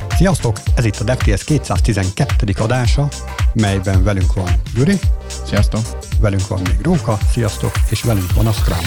Sziasztok! Ez itt a DevTales 212. adása, melyben velünk van Gyuri. Sziasztok! Velünk van még Róka. Sziasztok! És velünk van a Scrum.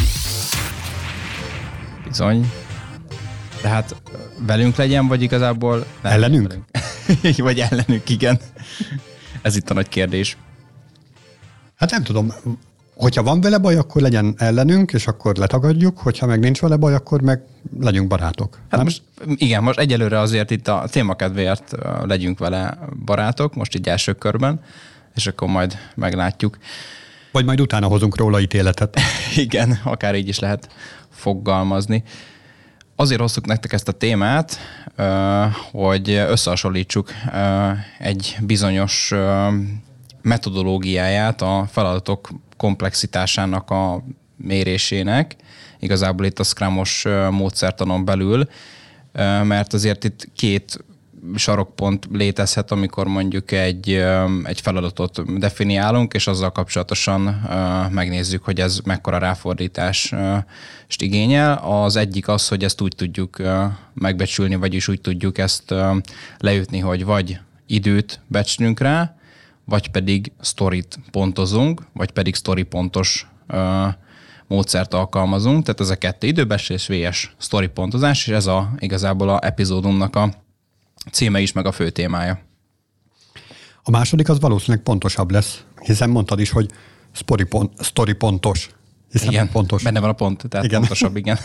Bizony. De hát velünk legyen, vagy igazából... Ellenünk? Vagy ellenünk, igen. Ez itt a nagy kérdés. Hát nem tudom, hogyha van vele baj, akkor legyen ellenünk, és akkor letagadjuk, hogyha meg nincs vele baj, akkor meg legyünk barátok. Hát most egyelőre azért itt a témakedvéért legyünk vele barátok, most így első körben, és akkor majd meglátjuk. Vagy majd utána hozunk róla ítéletet. Igen, akár így is lehet fogalmazni. Azért hoztuk nektek ezt a témát, hogy összehasonlítsuk egy bizonyos metodológiáját a feladatok komplexitásának a mérésének, igazából itt a Scrum-os módszertanon belül, mert azért itt két sarokpont létezhet, amikor mondjuk egy feladatot definiálunk, és azzal kapcsolatosan megnézzük, hogy ez mekkora ráfordítást igényel. Az egyik az, hogy ezt úgy tudjuk megbecsülni, vagyis úgy tudjuk ezt leütni, hogy vagy időt becslünk rá, vagy pedig sztorit pontozunk, vagy pedig sztori pontos módszert alkalmazunk. Tehát ez a kettő időbecslés, VS sztori pontozás, és ez igazából a epizódunknak a címe is, meg a fő témája. A második az valószínűleg pontosabb lesz, hiszen mondtad is, hogy sztori pontos. Hiszen igen, pontos. Benne van a pont, tehát igen. Pontosabb, igen.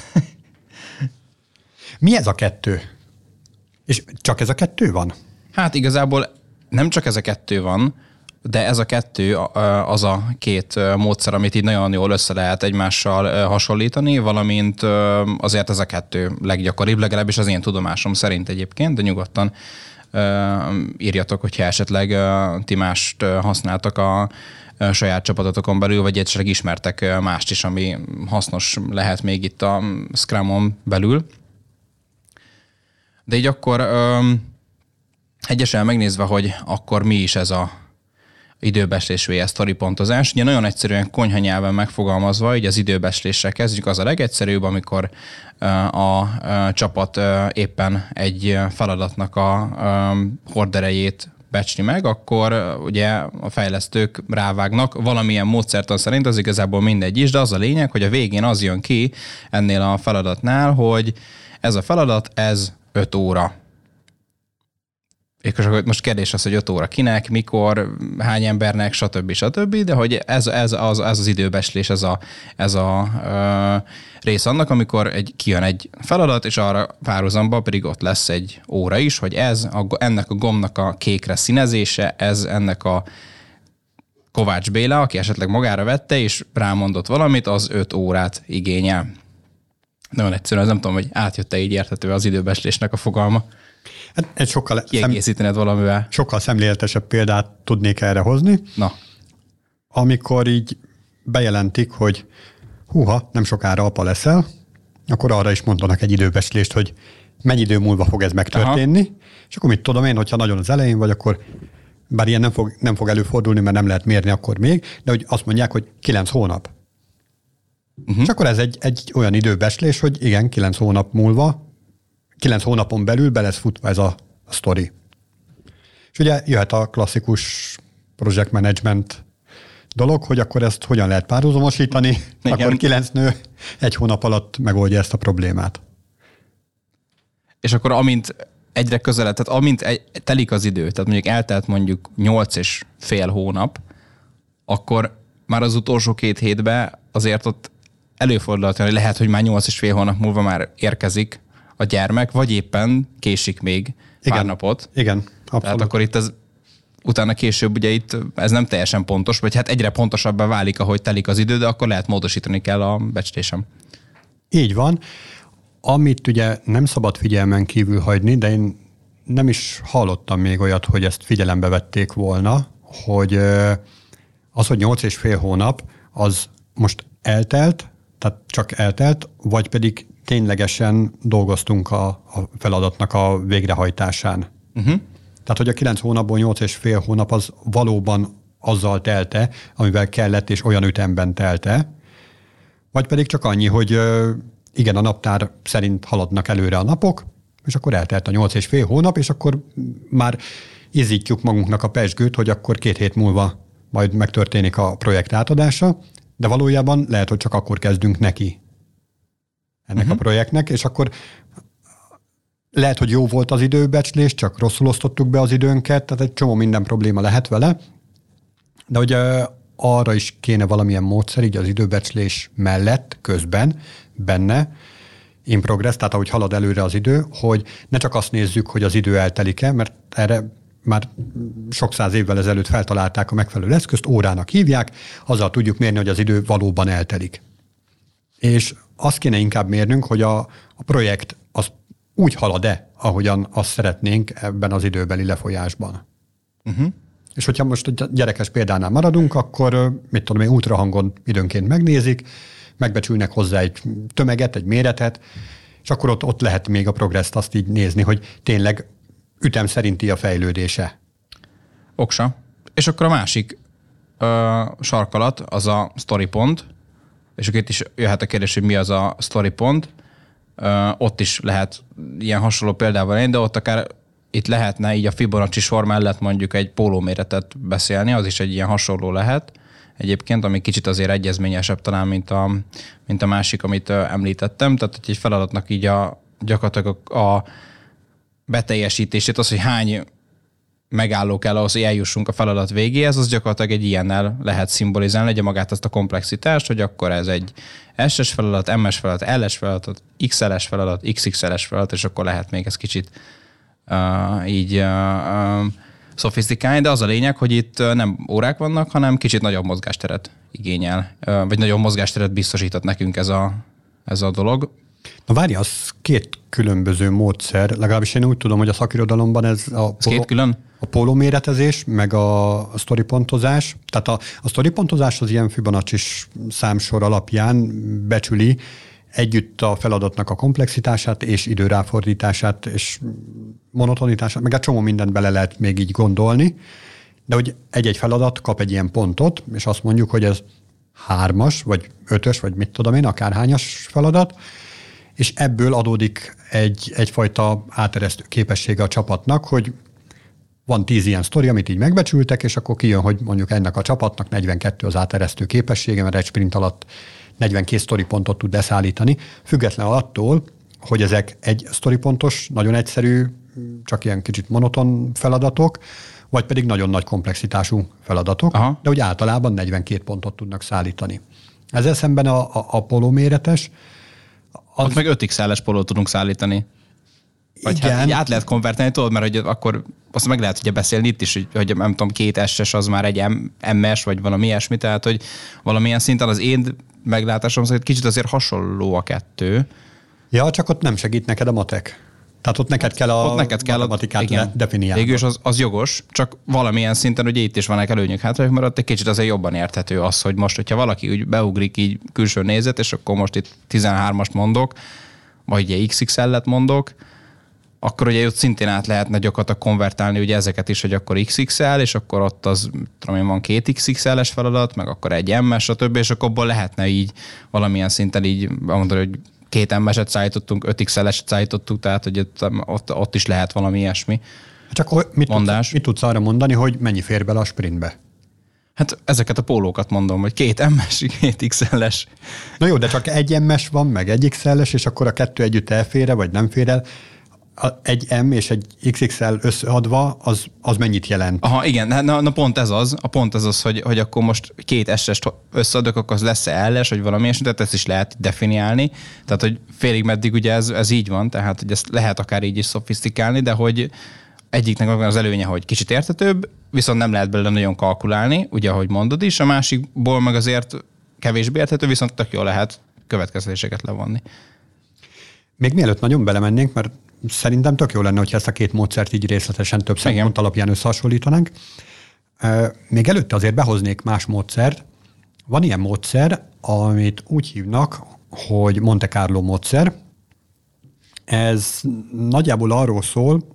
Mi ez a kettő? És csak ez a kettő van? Hát igazából nem csak ez a kettő van, de ez a kettő az a két módszer, amit így nagyon jól össze lehet egymással hasonlítani, valamint azért ez a kettő leggyakoribb, legalábbis az én tudomásom szerint egyébként, de nyugodtan írjatok, hogyha esetleg ti mást használtak a saját csapatotokon belül, vagy esetleg ismertek mást is, ami hasznos lehet még itt a Scrumon belül. De így akkor egyesen megnézve, hogy akkor mi is ez a időbecslés vs. sztori pontozás. Ugye nagyon egyszerűen konyha nyelven megfogalmazva, így az időbecslésre kezdjük, az a legegyszerűbb, amikor a csapat éppen egy feladatnak a horderejét becsli meg, akkor ugye a fejlesztők rávágnak valamilyen módszertan szerint, az igazából mindegy is, de az a lényeg, hogy a végén az jön ki ennél a feladatnál, hogy ez a feladat, ez 5 óra. És most kérdés az, hogy 5 óra kinek, mikor, hány embernek, stb. De hogy ez az időbecslés, ez a rész annak, amikor kijön egy feladat, és arra párhuzamban pedig ott lesz egy óra is, hogy ennek a gombnak a kékre színezése, ez ennek a Kovács Béla, aki esetleg magára vette, és rámondott valamit, az 5 órát igényel. Nagyon egyszerűen, ez nem tudom, hogy átjött-e így érthető az időbecslésnek a fogalma. Hát egy kiegészítened valamivel. Sokkal szemléletesebb példát tudnék erre hozni. Na. Amikor így bejelentik, hogy húha, nem sokára apa leszel, akkor arra is mondanak egy időbecslést, hogy mennyi idő múlva fog ez megtörténni, aha. És akkor mit tudom én, hogyha nagyon az elején vagy, akkor bár ilyen nem fog előfordulni, mert nem lehet mérni akkor még, de hogy azt mondják, hogy 9 hónap. És akkor ez egy olyan időbecslés, hogy igen, 9 hónap múlva, 9 hónapon belül be lesz futva ez a sztori. És ugye jöhet a klasszikus project management dolog, hogy akkor ezt hogyan lehet párhuzamosítani, igen. Akkor 9 nő 1 hónap alatt megoldja ezt a problémát. És akkor amint egyre közelebb, tehát amint telik az idő, tehát mondjuk eltelt mondjuk 8,5 hónap, akkor már az utolsó 2 hétben azért ott előfordulhat, hogy lehet, hogy már 8,5 hónap múlva már érkezik a gyermek, vagy éppen késik még pár napot. Igen, abszolút. Tehát akkor itt utána később ugye itt ez nem teljesen pontos, vagy hát egyre pontosabbá válik, ahogy telik az idő, de akkor lehet módosítani kell a becslésem. Így van. Amit ugye nem szabad figyelmen kívül hagyni, de én nem is hallottam még olyat, hogy ezt figyelembe vették volna, hogy az, hogy 8,5 hónap, az most eltelt, tehát csak eltelt, vagy pedig ténylegesen dolgoztunk a feladatnak a végrehajtásán. Tehát, hogy a 9 hónapból 8,5 hónap az valóban azzal telte, amivel kellett, és olyan ütemben telte, vagy pedig csak annyi, hogy igen, a naptár szerint haladnak előre a napok, és akkor eltelt a 8,5 hónap, és akkor már izzítjuk magunknak a pezsgőt, hogy akkor 2 hét múlva majd megtörténik a projekt átadása, de valójában lehet, hogy csak akkor kezdünk neki ennek a projektnek, és akkor lehet, hogy jó volt az időbecslés, csak rosszul osztottuk be az időnket, tehát egy csomó minden probléma lehet vele, de ugye arra is kéne valamilyen módszer, így az időbecslés mellett, közben, benne, in progress, tehát ahogy halad előre az idő, hogy ne csak azt nézzük, hogy az idő eltelik-e, mert erre már sok száz évvel ezelőtt feltalálták a megfelelő eszközt, órának hívják, azzal tudjuk mérni, hogy az idő valóban eltelik. És azt kéne inkább mérnünk, hogy a projekt az úgy halad-e, ahogyan azt szeretnénk ebben az időbeli lefolyásban. És hogyha most a gyerekes példánál maradunk, akkor mit tudom én, ultrahangon időnként megnézik, megbecsülnek hozzá egy tömeget, egy méretet, és akkor ott lehet még a progresszt azt így nézni, hogy tényleg ütem szerinti a fejlődése. Oksa. És akkor a másik sarkalat az a story pont, és akkor itt is jöhet a kérdés, hogy mi az a story pont. Ott is lehet ilyen hasonló példával lenni, de ott akár itt lehetne így a Fibonacci sor mellett mondjuk egy pólóméretet beszélni, az is egy ilyen hasonló lehet egyébként, ami kicsit azért egyezményesebb talán, mint a másik, amit említettem. Tehát egy feladatnak így gyakorlatilag a beteljesítését, az, hogy hány megálló kell ahhoz, hogy eljussunk a feladat végéhez, az gyakorlatilag egy ilyennel lehet szimbolizálni, legyen magát azt a komplexitást, hogy akkor ez egy S-es feladat, M-es feladat, L-es feladat, XL-es feladat, XXL-es feladat, és akkor lehet még ez kicsit szofisztikálni, de az a lényeg, hogy itt nem órák vannak, hanem kicsit nagyobb mozgásteret igényel, vagy nagyobb mozgásteret biztosított nekünk ez a dolog. Na várj, az 2 különböző módszer, legalábbis én úgy tudom, hogy a szakirodalomban ez a pólóméretezés, meg a sztoripontozás. Tehát a sztoripontozás az ilyen Fibonacci-s számsor alapján becsüli együtt a feladatnak a komplexitását és időráfordítását és monotonitását, meg egy csomó mindent bele lehet még így gondolni, de hogy egy-egy feladat kap egy ilyen pontot, és azt mondjuk, hogy ez 3-as, vagy 5-ös, vagy mit tudom én, akárhányas feladat, és ebből adódik egyfajta áteresztő képessége a csapatnak, hogy van 10 ilyen sztori, amit így megbecsültek, és akkor kijön, hogy mondjuk ennek a csapatnak 42 az áteresztő képessége, mert egy sprint alatt 42 sztori pontot tud leszállítani, független attól, hogy ezek egy sztoripontos, nagyon egyszerű, csak ilyen kicsit monoton feladatok, vagy pedig nagyon nagy komplexitású feladatok, de úgy általában 42 pontot tudnak szállítani. Ezzel szemben a pólóméretes, ott meg 5XL-es pólót tudunk szállítani. Vagy igen. Hát így át lehet konvertálni, tudod, mert hogy akkor azt meg lehet ugye beszélni itt is, hogy nem tudom, 2 S-es az már egy MS, vagy valami ilyesmi, tehát hogy valamilyen szinten az én meglátásom szerint kicsit azért hasonló a 2. Ja, csak ott nem segít neked a matek. Tehát ott neked kell a matematikát definiálni. Végülis az jogos, csak valamilyen szinten ugye itt is vannak előnyök hátrányok, mert ott egy kicsit azért jobban érthető az, hogy most, hogyha valaki úgy beugrik így külső nézet, és akkor most itt 13-ast mondok, vagy ugye XXL-et mondok, akkor ugye ott szintén át lehetne gyakorlatilag konvertálni ugye ezeket is, hogy akkor XXL, és akkor ott az, tudom én, van 2 XXL-es feladat, meg akkor egy MS, stb., és akkor abból lehetne így valamilyen szinten így mondani, hogy 2 MS-et szállítottunk, 5 XL-eset szállítottunk, tehát hogy ott is lehet valami ilyesmi. Csak mit tudsz arra mondani, hogy mennyi fér bele a sprintbe? Hát ezeket a pólókat mondom, hogy 2 MS, 2 XL-es. Na jó, de csak egy MS van, meg egy XL-es, és akkor a 2 együtt elfér, vagy nem fér el. Egy M és egy XXL összeadva, az mennyit jelent? Aha, igen, na pont ez az, hogy akkor most 2 S-est összeadok, akkor az lesz-e L-es, vagy valami ilyesmi, tehát ezt is lehet definiálni. Tehát, hogy félig meddig ugye ez így van, tehát, hogy ezt lehet akár így is szofisztikálni, de hogy egyiknek van az előnye, hogy kicsit érthetőbb, viszont nem lehet belőle nagyon kalkulálni, ugye, ahogy mondod is, a másikból meg azért kevésbé érthető, viszont tök jól lehet következtetéseket levonni. Még mielőtt nagyon belemennénk, mert szerintem tök jó lenne, hogyha ezt a 2 módszert így részletesen több szempont alapján összehasonlítanánk. Még előtte azért behoznék más módszert. Van ilyen módszer, amit úgy hívnak, hogy Monte Carlo módszer. Ez nagyjából arról szól,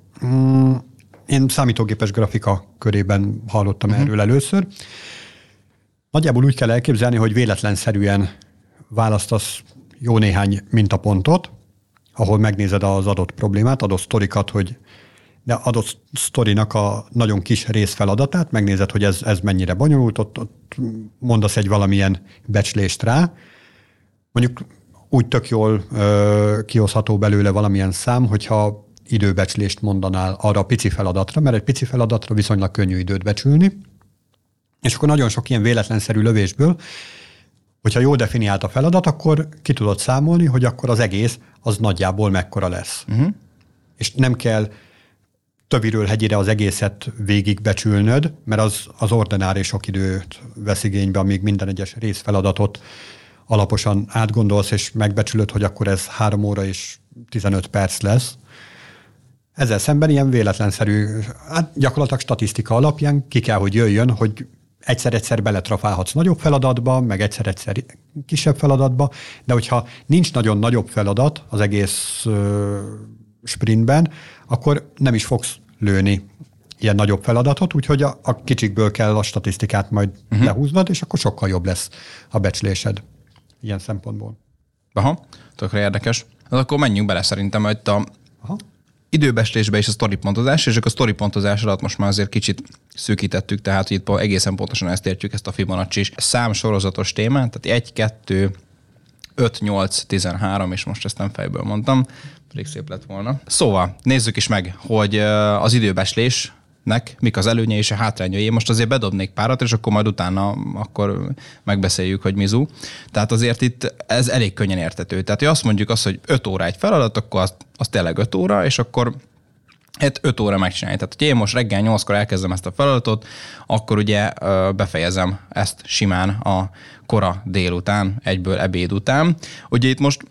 én számítógépes grafika körében hallottam erről először. Nagyjából úgy kell elképzelni, hogy véletlenszerűen választasz jó néhány mintapontot, ahol megnézed az adott problémát, adott sztorikat, de adott sztorinak a nagyon kis részfeladatát, megnézed, hogy ez mennyire bonyolult, ott mondasz egy valamilyen becslést rá. Mondjuk úgy tök jól kihozható belőle valamilyen szám, hogyha időbecslést mondanál arra a pici feladatra, mert egy pici feladatra viszonylag könnyű időt becsülni, és akkor nagyon sok ilyen véletlenszerű lövésből, hogyha jól definiált a feladat, akkor ki tudod számolni, hogy akkor az egész az nagyjából mekkora lesz. És nem kell töviről hegyire az egészet végigbecsülnöd, mert az ordinári sok időt vesz igénybe, amíg minden egyes részfeladatot alaposan átgondolsz, és megbecsülöd, hogy akkor ez 3 óra és 15 perc lesz. Ezzel szemben ilyen véletlenszerű, gyakorlatilag statisztika alapján ki kell, hogy jöjjön, hogy egyszer-egyszer beletrafálhatsz nagyobb feladatba, meg egyszer-egyszer kisebb feladatba, de hogyha nincs nagyon nagyobb feladat az egész sprintben, akkor nem is fogsz lőni ilyen nagyobb feladatot, úgyhogy a kicsikből kell a statisztikát majd lehúznod, és akkor sokkal jobb lesz a becslésed ilyen szempontból. Aha, tökre érdekes. Akkor menjünk bele szerintem, hogy a időbecslésbe és a sztoripontozás, és a sztoripontozás alatt most már azért kicsit szűkítettük, tehát itt egészen pontosan ezt értjük, ezt a Fibonacci számsorozatos témát, tehát 1, 2, 5, 8, 13, és most ezt nem fejből mondtam, pedig szép lett volna. Szóval nézzük is meg, hogy az időbecslésnek mik az előnye és a hátrányai. Én most azért bedobnék párat, és akkor majd utána akkor megbeszéljük, hogy mizu. Tehát azért itt ez elég könnyen érthető. Tehát, hogy azt mondjuk azt, hogy 5 óra egy feladat, akkor az tényleg 5 óra, és akkor 5 óra megcsinálni. Tehát, hogy én most reggel 8-kor elkezdem ezt a feladatot, akkor ugye befejezem ezt simán a kora délután, egyből ebéd után. Ugye itt most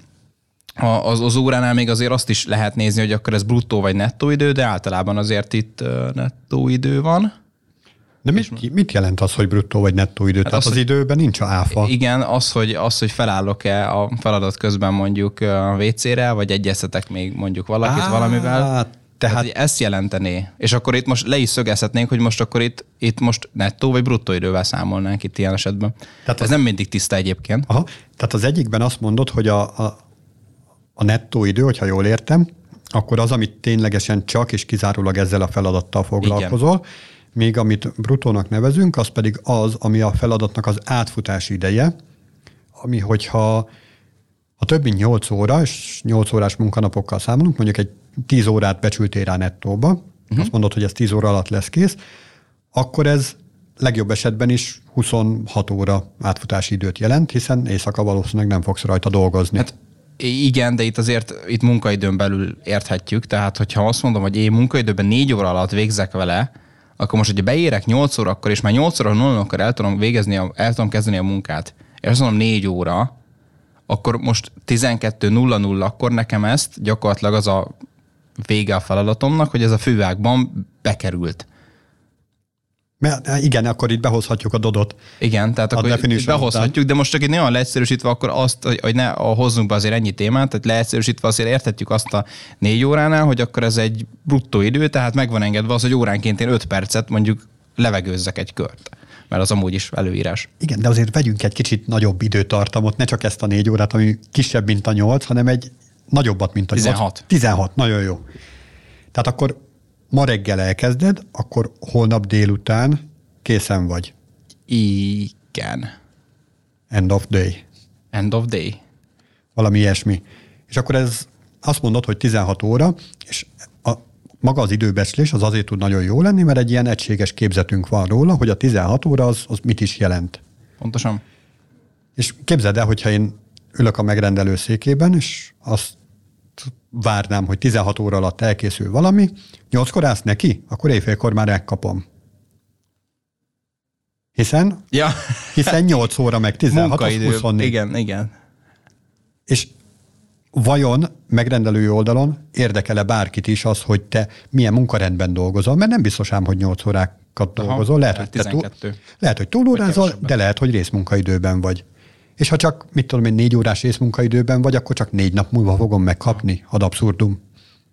az óránál még azért azt is lehet nézni, hogy akkor ez bruttó vagy nettó idő, de általában azért itt nettó idő van. De mit jelent az, hogy bruttó vagy nettó idő? Hát tehát az időben nincs áfa. Igen, az, hogy felállok-e a feladat közben mondjuk a WC-re, vagy egyeztetek még mondjuk valakit valamivel. Tehát ezt jelentené. És akkor itt most le is szögezhetnénk, hogy most akkor itt most nettó vagy bruttó idővel számolnánk itt ilyen esetben. Tehát ez nem mindig tiszta egyébként. Aha. Tehát az egyikben azt mondod, hogy a nettó idő, hogyha jól értem, akkor az, amit ténylegesen csak és kizárólag ezzel a feladattal foglalkozol, igen. Még amit bruttónak nevezünk, az pedig az, ami a feladatnak az átfutási ideje, ami hogyha több mint 8 óra, és 8 órás munkanapokkal számolunk, mondjuk egy 10 órát becsültél rá nettóba, azt mondod, hogy ez 10 óra alatt lesz kész, akkor ez legjobb esetben is 26 óra átfutási időt jelent, hiszen éjszaka valószínűleg nem fogsz rajta dolgozni. Hát igen, de itt munkaidőn belül érthetjük, tehát hogyha azt mondom, hogy én munkaidőben 4 óra alatt végzek vele, akkor most, hogyha beérek 8 órakor, és már 8 óra 0-kor el tudom kezdeni a munkát, és azt mondom 4 óra, akkor most 12:00 akkor nekem ezt gyakorlatilag az a vége a feladatomnak, hogy ez a főágban bekerült. Igen, akkor itt behozhatjuk a dodot. Igen, tehát akkor itt behozhatjuk, de most csak itt nagyon leegyszerűsítve, akkor azt, hogy ne hozzunk be azért ennyi témát, tehát leegyszerűsítve azért érthetjük azt a 4 óránál, hogy akkor ez egy bruttó idő, tehát megvan engedve az, hogy óránként én 5 percet mondjuk levegőzzek egy kört. Mert az amúgy is előírás. Igen, de azért vegyünk egy kicsit nagyobb időtartamot, ne csak ezt a 4 órát, ami kisebb, mint a 8, hanem egy nagyobbat, mint a 16. 16, nagyon jó. Tehát akkor ma reggel elkezded, akkor holnap délután készen vagy. Igen. End of day. End of day. Valami ilyesmi. És akkor ez azt mondod, hogy 16 óra, és maga az időbecslés az azért tud nagyon jó lenni, mert egy ilyen egységes képzetünk van róla, hogy a 16 óra az mit is jelent. Pontosan. És képzeld el, hogyha én ülök a megrendelő székében, és azt várnám, hogy 16 óra alatt elkészül valami, 8-kor állsz neki, akkor éjfélkor már megkapom. Hiszen 8 óra meg 16, az 24. Igen. És vajon megrendelői oldalon érdekel-e bárkit is az, hogy te milyen munkarendben dolgozol, mert nem biztos ám, hogy 8 órákat dolgozol. Lehet, hogy túlórázol, de lehet, hogy részmunkaidőben vagy. És ha csak, 4 órás részmunkaidőben vagy, akkor csak 4 nap múlva fogom megkapni ad abszurdum.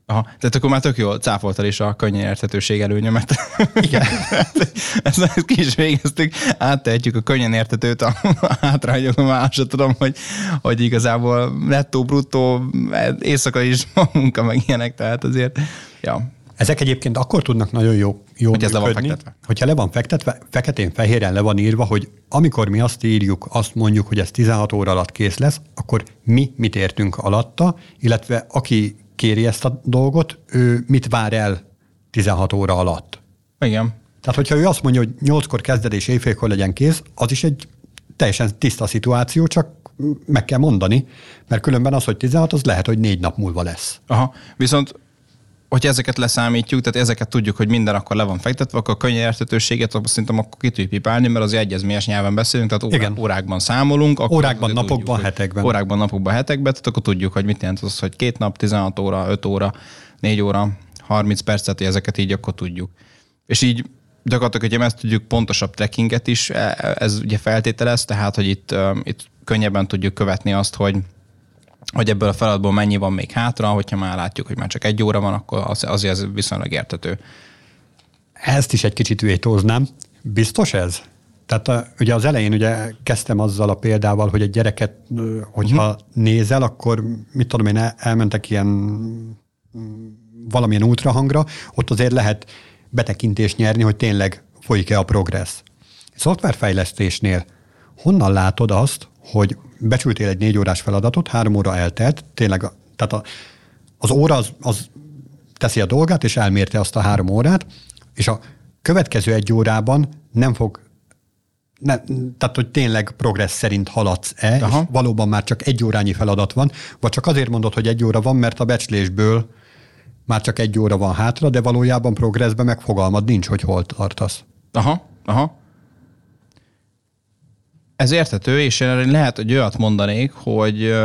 Aha, tehát akkor már tök jól cáfoltad is a könnyen érthetőség előnyömet. Igen. Ezt ki is végeztük, áttehetjük a könnyen érthetőt a hátrányokon, már sem tudom, hogy igazából nettó, bruttó, éjszaka is a munka, meg ilyenek, tehát azért, ja. Ezek egyébként akkor tudnak nagyon jó hogy ez le van fektetve. Hogyha le van fektetve, feketén-fehéren le van írva, hogy amikor mi azt írjuk, azt mondjuk, hogy ez 16 óra alatt kész lesz, akkor mi mit értünk alatta, illetve aki kéri ezt a dolgot, ő mit vár el 16 óra alatt. Igen. Tehát, hogyha ő azt mondja, hogy 8-kor kezded és éjfélkor legyen kész, az is egy teljesen tiszta szituáció, csak meg kell mondani, mert különben az, hogy 16, az lehet, hogy 4 nap múlva lesz. Aha, viszont hogyha ezeket leszámítjuk, tehát ezeket tudjuk, hogy minden akkor le van fektetve, akkor a könnyen érthetőséget szerintem akkor ki tudjuk pipálni, mert az egyezményes nyelven beszélünk, tehát órákban számolunk. Órákban, napokban, tudjuk, hetekben. Órákban, napokban, hetekben, tehát akkor tudjuk, hogy mit jelent az, hogy 2 nap, 16 óra, 5 óra, 4 óra, 30 percet, hogy ezeket így akkor tudjuk. És így gyakorlatilag, hogyha ezt tudjuk, pontosabb trackinget is, ez ugye feltételez, tehát, hogy itt könnyebben tudjuk követni azt, hogy ebből a feladatból mennyi van még hátra, hogyha már látjuk, hogy már csak 1 óra van, akkor azért ez viszonylag érthető. Ezt is egy kicsit vétóznám. Biztos ez? Tehát ugye az elején ugye kezdtem azzal a példával, hogy egy gyereket, hogyha nézel, akkor mit tudom én, elmentek ilyen valamilyen ultrahangra, ott azért lehet betekintést nyerni, hogy tényleg folyik-e a progressz. Szoftverfejlesztésnél honnan látod azt, hogy becsültél egy 4 órás feladatot, 3 óra eltelt, tényleg, tehát az óra az teszi a dolgát, és elmérte azt a 3 órát, és a következő 1 órában tehát, hogy tényleg progressz szerint haladsz-e, és valóban már csak 1 órányi feladat van, vagy csak azért mondod, hogy 1 óra van, mert a becslésből már csak 1 óra van hátra, de valójában progresszben meg fogalmad nincs, hogy hol tartasz. Aha. Ez érthető, és én lehet, hogy olyat mondanék, hogy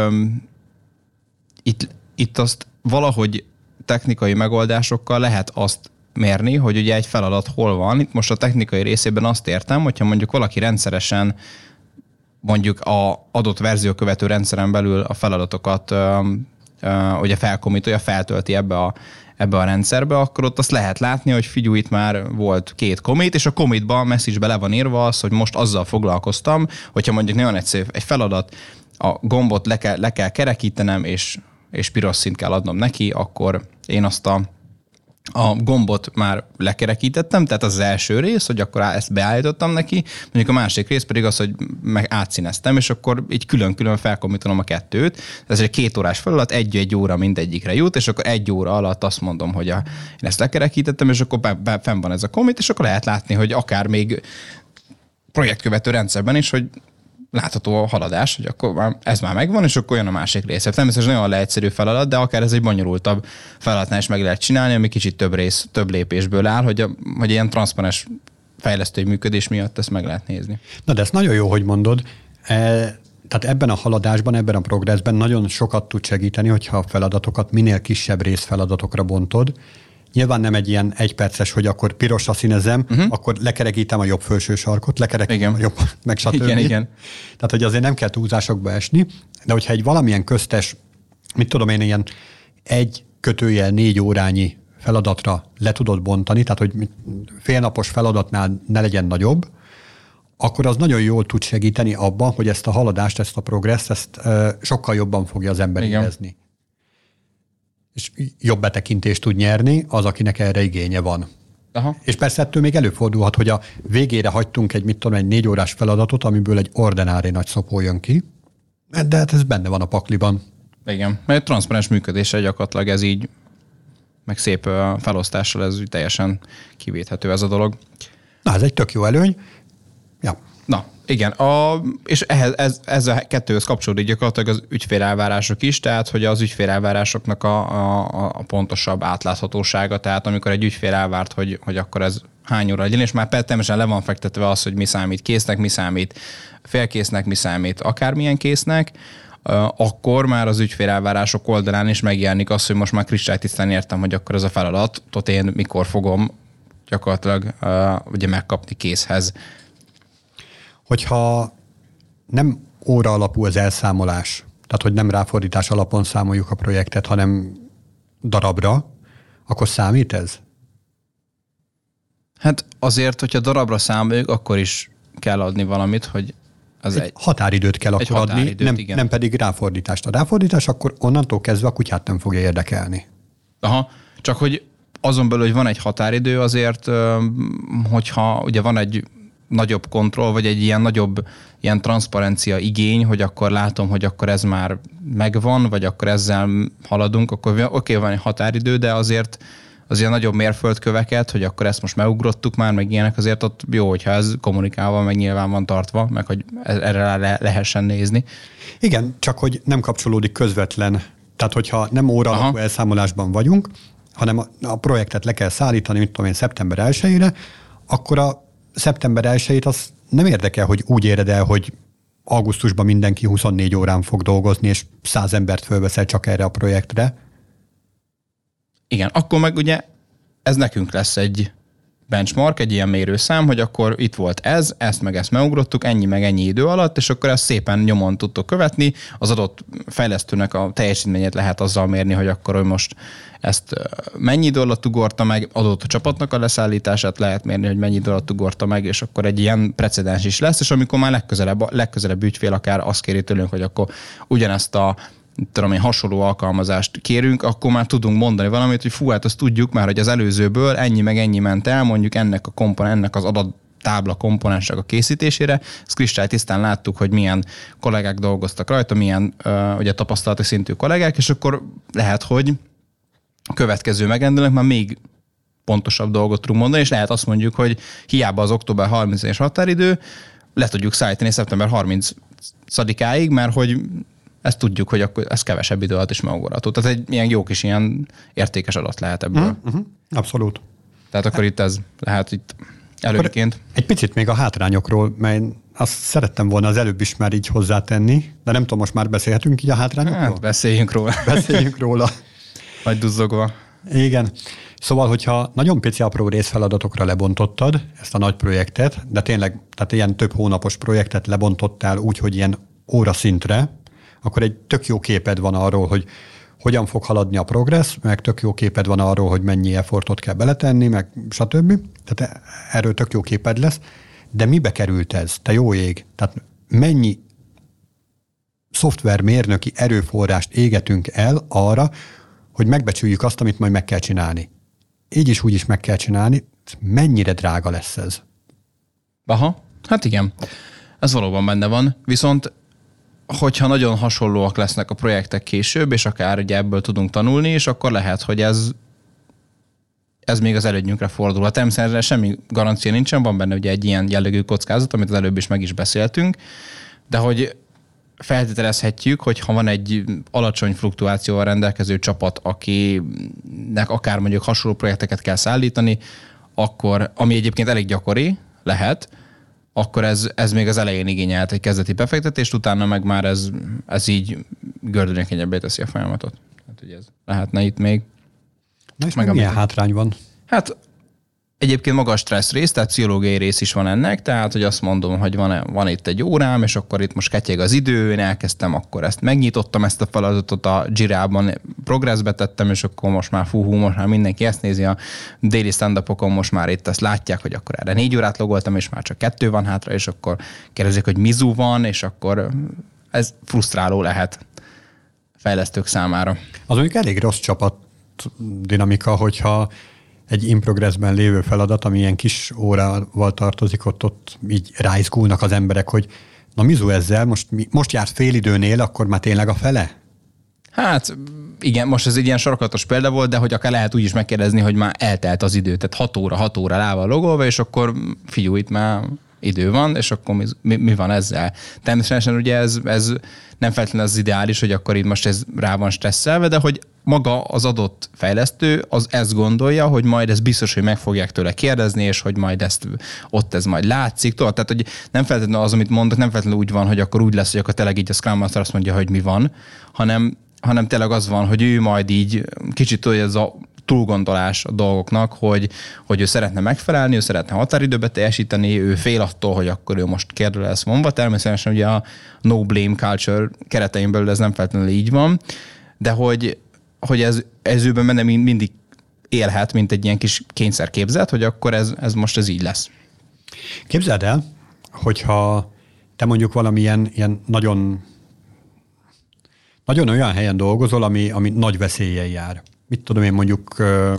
itt azt valahogy technikai megoldásokkal lehet azt mérni, hogy ugye egy feladat hol van. Itt most a technikai részében azt értem, hogyha mondjuk valaki rendszeresen mondjuk a adott verziókövető rendszeren belül a feladatokat ugye felkommitolja, feltölti ebbe a rendszerbe, akkor ott azt lehet látni, hogy figyelj, itt már volt 2 commit, és a commitban, a message-be le van írva az, hogy most azzal foglalkoztam, hogyha mondjuk nagyon egyszerű egy feladat, a gombot le kell kerekítenem, és piros színt kell adnom neki, akkor én azt a gombot már lekerekítettem, tehát az első rész, hogy akkor ezt beállítottam neki, mondjuk a másik rész pedig az, hogy meg átszíneztem, és akkor így külön-külön felkommitolom a 2-t. Ez egy 2 órás feladat, 1 óra mindegyikre jut, és akkor 1 óra alatt azt mondom, hogy én ezt lekerekítettem, és akkor fenn van ez a commit, és akkor lehet látni, hogy akár még projektkövető rendszerben is, hogy látható a haladás, hogy akkor ez már megvan, és akkor jön a másik része. Természetesen nagyon leegyszerű feladat, de akár ez egy bonyolultabb feladatnál is meg lehet csinálni, ami kicsit több lépésből áll, hogy ilyen transzparens fejlesztői működés miatt ezt meg lehet nézni. Na de ez nagyon jó, hogy mondod. Tehát ebben a haladásban, ebben a progresszben nagyon sokat tud segíteni, hogyha a feladatokat minél kisebb részfeladatokra bontod. Nyilván nem egy ilyen 1 perces, hogy akkor pirosra színezem, akkor lekerekítem a jobb felső sarkot, lekerekítem a jobb, meg stb. Igen. Tehát, hogy azért nem kell túlzásokba esni, de hogyha egy valamilyen köztes, mit tudom én, ilyen 1/4 órányi feladatra le tudod bontani, tehát, hogy félnapos feladatnál ne legyen nagyobb, akkor az nagyon jól tud segíteni abban, hogy ezt a haladást, ezt a progresszt, ezt sokkal jobban fogja az ember érezni. És jobb betekintést tud nyerni az, akinek erre igénye van. Aha. És persze ettől még előfordulhat, hogy a végére hagytunk egy 4 órás feladatot, amiből egy ordinári nagy szopó jön ki, de hát ez benne van a pakliban. Igen, mert transzparens működésre gyakorlatilag ez így, meg szép felosztással ez teljesen kivéthető ez a dolog. Na, ez egy tök jó előny. Ja. Na, igen, és ez a kettőhöz kapcsolódik gyakorlatilag az ügyfélelvárások is, tehát hogy az ügyfélelvárásoknak a pontosabb átláthatósága, tehát amikor egy ügyfél elvárt, hogy akkor ez hány óra legyen, és már természetesen le van fektetve az, hogy mi számít késznek, mi számít félkésznek, mi számít akármilyen késznek, akkor már az ügyfélelvárások oldalán is megjelenik az, hogy most már kristálytisztán értem, hogy akkor ez a feladatot én mikor fogom gyakorlatilag ugye megkapni készhez. Hogyha nem óra alapú az elszámolás, tehát hogy nem ráfordítás alapon számoljuk a projektet, hanem darabra, akkor számít ez? Hát azért, hogyha darabra számoljuk, akkor is kell adni valamit, hogy az egy határidőt kell akkor adni, nem pedig ráfordítást. A ráfordítás akkor onnantól kezdve a kutyát nem fogja érdekelni. Aha, csak hogy azon belül, hogy van egy határidő, azért, hogyha ugye van egy nagyobb kontroll, vagy egy ilyen nagyobb ilyen transzparencia igény, hogy akkor látom, hogy akkor ez már megvan, vagy akkor ezzel haladunk, akkor oké, van egy határidő, de azért az ilyen nagyobb mérföldköveket, hogy akkor ezt most megugrottuk már, meg ilyenek, azért ott jó, hogyha ez kommunikálva, meg nyilván van tartva, meg hogy erre lehessen nézni. Igen, csak hogy nem kapcsolódik közvetlen. Tehát, hogyha nem óra alapú elszámolásban vagyunk, hanem a projektet le kell szállítani, mit tudom én, szeptember 1-ére, akkor a szeptember 1-ét az nem érdekel, hogy úgy éred el, hogy augusztusban mindenki 24 órán fog dolgozni, és 100 embert fölveszel csak erre a projektre. Igen, akkor meg ugye ez nekünk lesz egy benchmark, egy ilyen mérőszám, hogy akkor itt volt ezt meg ezt megugrottuk, ennyi meg ennyi idő alatt, és akkor ezt szépen nyomon tudtok követni. Az adott fejlesztőnek a teljesítményét lehet azzal mérni, hogy akkor ő most ezt mennyi idő alatt ugorta meg, adott a csapatnak a leszállítását lehet mérni, hogy mennyi idő alatt ugorta meg, és akkor egy ilyen precedens is lesz, és amikor már legközelebb ügyfél akár azt kéri tőlünk, hogy akkor ugyanezt a hasonló alkalmazást kérünk, akkor már tudunk mondani valamit, hogy fú, hát azt tudjuk már, hogy az előzőből ennyi meg ennyi ment el, mondjuk ennek az adattábla komponensek a készítésére. Ezt kristálytisztán láttuk, hogy milyen kollégák dolgoztak rajta, milyen ugye tapasztalati szintű kollégák, és akkor lehet, hogy a következő megrendelőnek már még pontosabb dolgot tudunk mondani, és lehet azt mondjuk, hogy hiába az október 30-es határidő, le tudjuk szállítani szeptember 30-áig, mert hogy ezt tudjuk, hogy akkor ez kevesebb idő alatt is megugorható. Tehát egy ilyen jó kis ilyen értékes adat lehet ebből. Abszolút. Tehát akkor itt ez lehet itt előként. Egy picit még a hátrányokról, mert azt szerettem volna az előbb is már így hozzátenni, de nem tudom, most már beszélhetünk így a hátrányokról? Hát beszéljünk róla. Beszéljünk róla. Vagy duzzogva. Igen. Szóval, hogyha nagyon pici apró részfeladatokra lebontottad ezt a nagy projektet, de tényleg, tehát ilyen több hónapos projektet lebontottál úgy, hogy ilyen óraszintre, akkor egy tök jó képed van arról, hogy hogyan fog haladni a progressz, meg tök jó képed van arról, hogy mennyi effortot kell beletenni, meg stb. Tehát erről tök jó képed lesz. De mibe került ez? Te jó ég! Tehát mennyi szoftvermérnöki erőforrást égetünk el arra, hogy megbecsüljük azt, amit majd meg kell csinálni. Így is úgy is meg kell csinálni. Mennyire drága lesz ez? Aha, hát igen. Ez valóban benne van. Viszont hogyha nagyon hasonlóak lesznek a projektek később, és akár ugye ebből tudunk tanulni, és akkor lehet, hogy ez még az elődnyünkre fordul. A természetesen semmi garancia nincsen, van benne ugye egy ilyen jellegű kockázat, amit az előbb is meg is beszéltünk, de hogy feltételezhetjük, hogy ha van egy alacsony fluktuációval rendelkező csapat, akinek akár mondjuk hasonló projekteket kell szállítani, akkor, ami egyébként elég gyakori lehet, akkor ez még az elején igényelt egy kezdeti befektetést, utána meg már ez így gördülékenyebbé teszi a folyamatot. Hát ugye ez lehetne itt még. Na és meg milyen hátrány van? Hát egyébként maga a stressz rész, tehát pszichológiai rész is van ennek, tehát hogy azt mondom, hogy van itt egy órám, és akkor itt most ketyeg az idő, én elkezdtem, akkor ezt megnyitottam ezt a feladatot a Jira-ban, progressbe tettem, és akkor most már most már mindenki ezt nézi a daily stand-upokon, most már itt ezt látják, hogy akkor erre 4 órát logoltam, és már csak 2 van hátra, és akkor kérdezik, hogy mizu van, és akkor ez frusztráló lehet fejlesztők számára. Az mondjuk elég rossz csapat dinamika, hogyha egy in-progressben lévő feladat, ami ilyen kis órával tartozik, ott így ráizgulnak az emberek, hogy na mizu ezzel, most járt félidőnél, akkor már tényleg a fele? Hát igen, most ez egy ilyen sarkalatos példa volt, de hogy akár lehet úgy is megkérdezni, hogy már eltelt az idő, tehát 6 óra rá van logolva, és akkor figyelj, itt már idő van, és akkor mi van ezzel? Természetesen ugye ez nem feltétlenül az ideális, hogy akkor itt most ez rá van stresszelve, de hogy maga az adott fejlesztő az ezt gondolja, hogy majd ez biztos, hogy meg fogják tőle kérdezni, és hogy majd ez majd látszik. Tehát, hogy nem feltétlenül az, amit mondok, nem feltétlenül úgy van, hogy akkor úgy lesz, hogy akkor tényleg így a Scrum Master azt mondja, hogy mi van, hanem tényleg az van, hogy ő majd így kicsit olyan ez a túlgondolás a dolgoknak, hogy ő szeretne megfelelni, ő szeretne határidőbe teljesíteni, ő fél attól, hogy akkor ő most kérdőre lesz vonva. Természetesen ugye a no blame culture keretein belül ez nem feltétlenül így van, de hogy hogy ez őben benne mindig élhet, mint egy ilyen kis kényszerképzet, hogy akkor ez most így lesz. Képzeld el, hogyha te mondjuk valamilyen ilyen nagyon olyan helyen dolgozol, ami nagy veszéllyel jár. Mit tudom én, mondjuk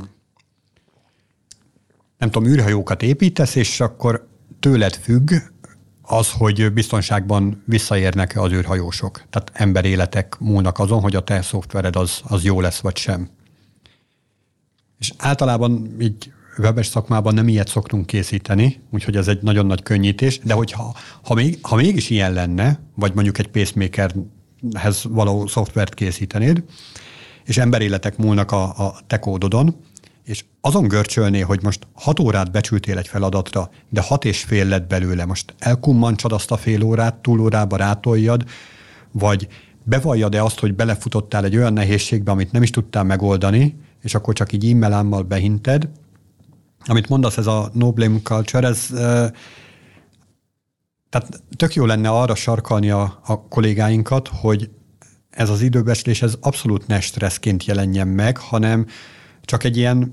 nem tudom, űrhajókat építesz, és akkor tőled függ az, hogy biztonságban visszaérnek-e az űrhajósok. Tehát emberéletek múlnak azon, hogy a te szoftvered az jó lesz, vagy sem. És általában így webes szakmában nem ilyet szoktunk készíteni, úgyhogy ez egy nagyon nagy könnyítés, de hogyha ha mégis ilyen lenne, vagy mondjuk egy pacemakerhez való szoftvert készítenéd, és emberéletek múlnak a te kódodon, és azon görcsölné, hogy most 6 órát becsültél egy feladatra, de 6,5 lett belőle, most elkummancsad azt a fél órát, túlórába rátoljad, vagy bevalljad-e azt, hogy belefutottál egy olyan nehézségbe, amit nem is tudtál megoldani, és akkor csak így e-mailámmal behinted. Amit mondasz, ez a no blame culture, ez tehát tök jó lenne arra sarkalni a kollégáinkat, hogy ez az időbecslés ez abszolút ne stresszként jelenjen meg, hanem csak egy ilyen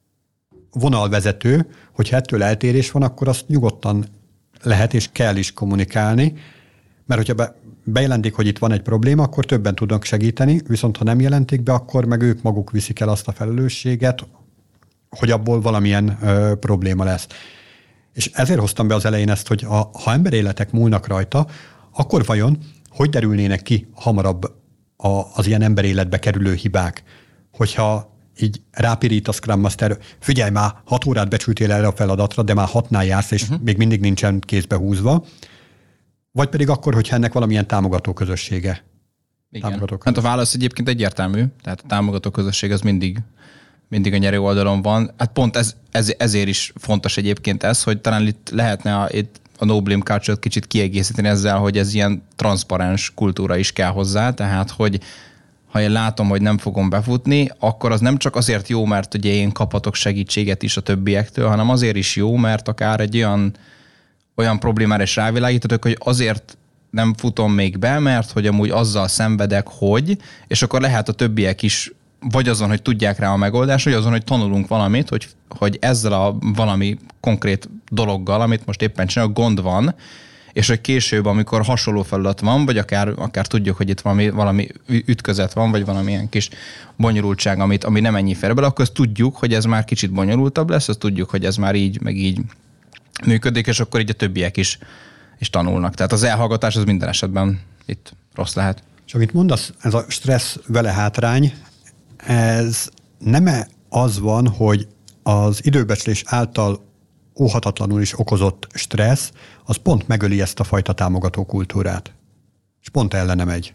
vonalvezető, hogyha ettől eltérés van, akkor azt nyugodtan lehet és kell is kommunikálni, mert hogyha bejelentik, hogy itt van egy probléma, akkor többen tudnak segíteni, viszont ha nem jelentik be, akkor meg ők maguk viszik el azt a felelősséget, hogy abból valamilyen probléma lesz. És ezért hoztam be az elején ezt, hogy ha emberéletek múlnak rajta, akkor vajon hogy derülnének ki hamarabb az ilyen emberéletbe kerülő hibák, hogyha így rápirít a Scrum Master, figyelj már, 6 órát becsültél erre a feladatra, de már 6-nál jársz, és még mindig nincsen kézbe húzva, vagy pedig akkor, hogyha ennek valamilyen támogató közössége. Igen. Hát a válasz egyébként egyértelmű, tehát a támogató közösség az mindig a nyerő oldalon van. Hát pont ezért is fontos egyébként ez, hogy talán itt lehetne a no blame culture-t kicsit kiegészíteni ezzel, hogy ez ilyen transzparens kultúra is kell hozzá, tehát hogy ha én látom, hogy nem fogom befutni, akkor az nem csak azért jó, mert ugye én kaphatok segítséget is a többiektől, hanem azért is jó, mert akár egy olyan problémára is rávilágítatok, hogy azért nem futom még be, mert hogy amúgy azzal szenvedek, és akkor lehet a többiek is vagy azon, hogy tudják rá a megoldást, vagy azon, hogy tanulunk valamit, hogy ezzel a valami konkrét dologgal, amit most éppen csinálok, gond van, és hogy később, amikor hasonló feladat van, vagy akár tudjuk, hogy itt valami ütközet van, vagy valamilyen kis bonyolultság, ami nem ennyi fér bele, akkor azt tudjuk, hogy ez már kicsit bonyolultabb lesz, azt tudjuk, hogy ez már így, meg így működik, és akkor így a többiek is tanulnak. Tehát az elhallgatás az minden esetben itt rossz lehet. És amit mondasz, ez a stressz vele hátrány, ez nem az van, hogy az időbecslés által óhatatlanul is okozott stressz, az pont megöli ezt a fajta támogató kultúrát. És pont ellene megy.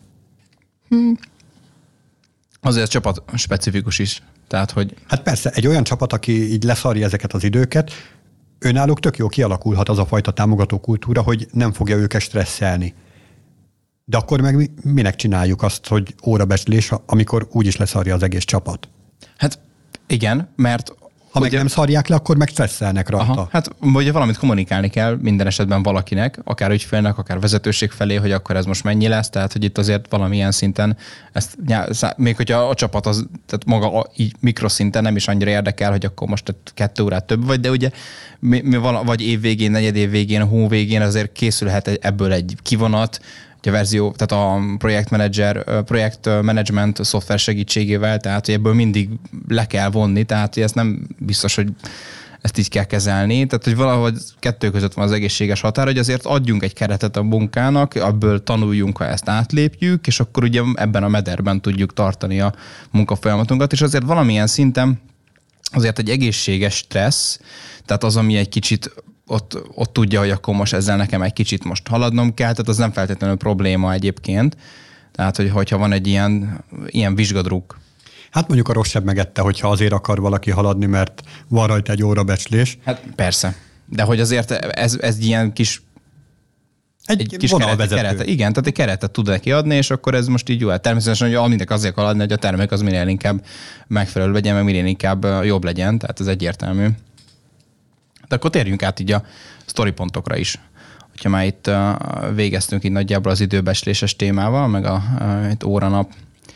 Azért csapat specifikus is. Tehát, hogy... Hát persze, egy olyan csapat, aki így leszarja ezeket az időket, önállók tök jó kialakulhat az a fajta támogató kultúra, hogy nem fogja őket stresszelni. De akkor meg minek csináljuk azt, hogy órabecslés, amikor úgyis leszarja az egész csapat? Hát igen, mert... Ha meg nem szarják le, akkor meg stresszelnek rajta. Aha, hát ugye valamit kommunikálni kell minden esetben valakinek, akár ügyfélnek, akár vezetőség felé, hogy akkor ez most mennyi lesz, tehát hogy itt azért valamilyen szinten, még hogyha a csapat tehát maga így mikroszinten nem is annyira érdekel, hogy akkor most 2 órát több vagy, de ugye vagy évvégén, negyedév végén, hó végén azért készülhet ebből egy kivonat, a verzió, tehát a projektmenedzsment szoftver segítségével, tehát hogy ebből mindig le kell vonni, tehát hogy ez nem biztos, hogy ezt így kell kezelni, tehát hogy valahogy kettő között van az egészséges határ, hogy azért adjunk egy keretet a munkának, abból tanuljunk, ha ezt átlépjük, és akkor ugye ebben a mederben tudjuk tartani a munkafolyamatunkat, és azért valamilyen szinten azért egy egészséges stressz, tehát az, ami egy kicsit ott tudja, hogy akkor most ezzel nekem egy kicsit most haladnom kell, tehát az nem feltétlenül probléma egyébként. Tehát, hogyha van egy ilyen vizsgadruk. Hát mondjuk a rosszabb megette, hogyha azért akar valaki haladni, mert van rajta egy órabecslés. Hát persze. De hogy azért ez ilyen kis egy kis kerete. Igen, tehát egy keretet tud neki adni, és akkor ez most így jó. Hát természetesen, hogy mindenki azért kell adni, hogy a termék az minél inkább megfelelő legyen, meg minél inkább jobb legyen, tehát ez egyértelmű. De akkor térjünk át így a sztoripontokra is. Hogyha már itt végeztünk így nagyjából az időbecsléses témával, meg itt óranap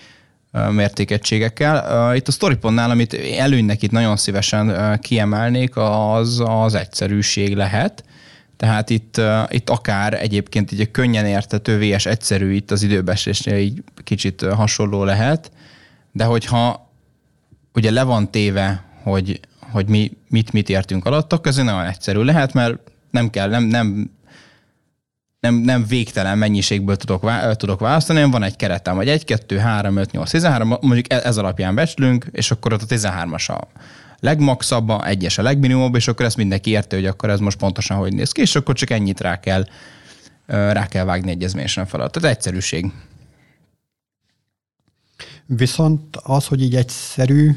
mértékegységekkel. Itt a StoryPontnál, amit előnynek itt nagyon szívesen kiemelnék, az egyszerűség lehet. Tehát itt akár egyébként így könnyen érthető, VS egyszerű, itt az időbeslésnél így kicsit hasonló lehet, de hogyha ugye le van téve, hogy mi mit értünk alatt, akkor ez nagyon egyszerű lehet, mert nem kell, nem végtelen mennyiségből tudok választani, hanem van egy keretem, vagy 1, 2, 3, 5, 8, 13, mondjuk ez alapján becslünk, és akkor ott a 13-as a legmaxabb, a 1-es a legminimumabb, és akkor ezt mindenki érti, hogy akkor ez most pontosan hogy néz ki, és akkor csak ennyit rá kell vágni egyezményesen feladatot. Tehát egyszerűség. Viszont az, hogy így egyszerű,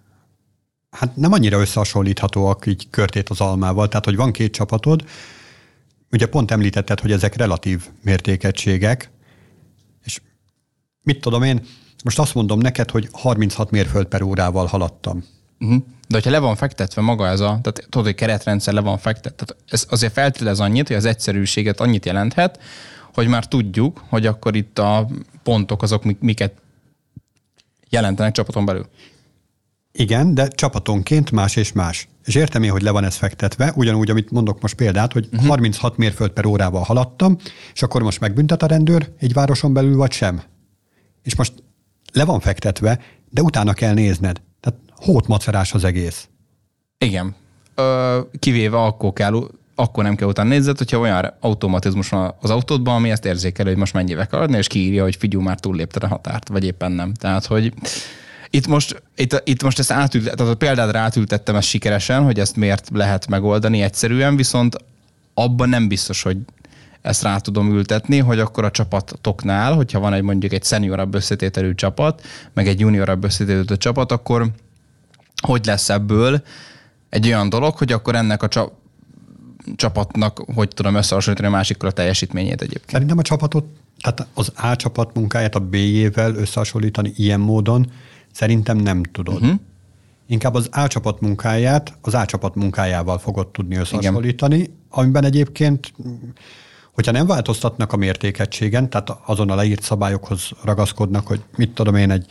hát nem annyira összehasonlíthatóak így körtét az almával, tehát hogy van 2 csapatod, ugye pont említetted, hogy ezek relatív mértékegységek, és mit tudom én, most azt mondom neked, hogy 36 mérföld per órával haladtam. De hogyha le van fektetve maga ez tehát tudod, hogy keretrendszer le van fektetve, tehát ez azért feltételez annyit, hogy az egyszerűséget annyit jelenthet, hogy már tudjuk, hogy akkor itt a pontok azok miket jelentenek csapaton belül. Igen, de csapatonként más és más. És értem én, hogy le van ez fektetve, ugyanúgy, amit mondok most példát, hogy 36 mérföld per órával haladtam, és akkor most megbüntet a rendőr egy városon belül, vagy sem. És most le van fektetve, de utána kell nézned. Tehát hótmacerás az egész. Igen. Kivéve akkor nem kell utána nézzed, hogyha olyan automatizmus van az autódban, ami ezt érzékel, hogy most mennyivel kell adni, és kiírja, hogy figyelj, már túllépted a határt, vagy éppen nem. Tehát, hogy itt most ezt tehát a példádra átültettem ezt sikeresen, hogy ezt miért lehet megoldani egyszerűen, viszont abban nem biztos, hogy ezt rá tudom ültetni, hogy akkor a csapatoknál, hogyha van mondjuk egy szeniorabb összetételű csapat, meg egy juniorabb összetételű csapat, akkor hogy lesz ebből egy olyan dolog, hogy akkor ennek a csapatnak hogy tudom összehasonlítani a másikkal a teljesítményét egyébként. Szerintem a csapatot, tehát az A csapat munkáját a B-jével összehasonlítani ilyen módon szerintem nem tudod. Inkább az A csapat munkáját az A csapat munkájával fogod tudni összehasonlítani, igen. Amiben egyébként, hogyha nem változtatnak a mértékegységen, tehát azon a leírt szabályokhoz ragaszkodnak, hogy mit tudom én,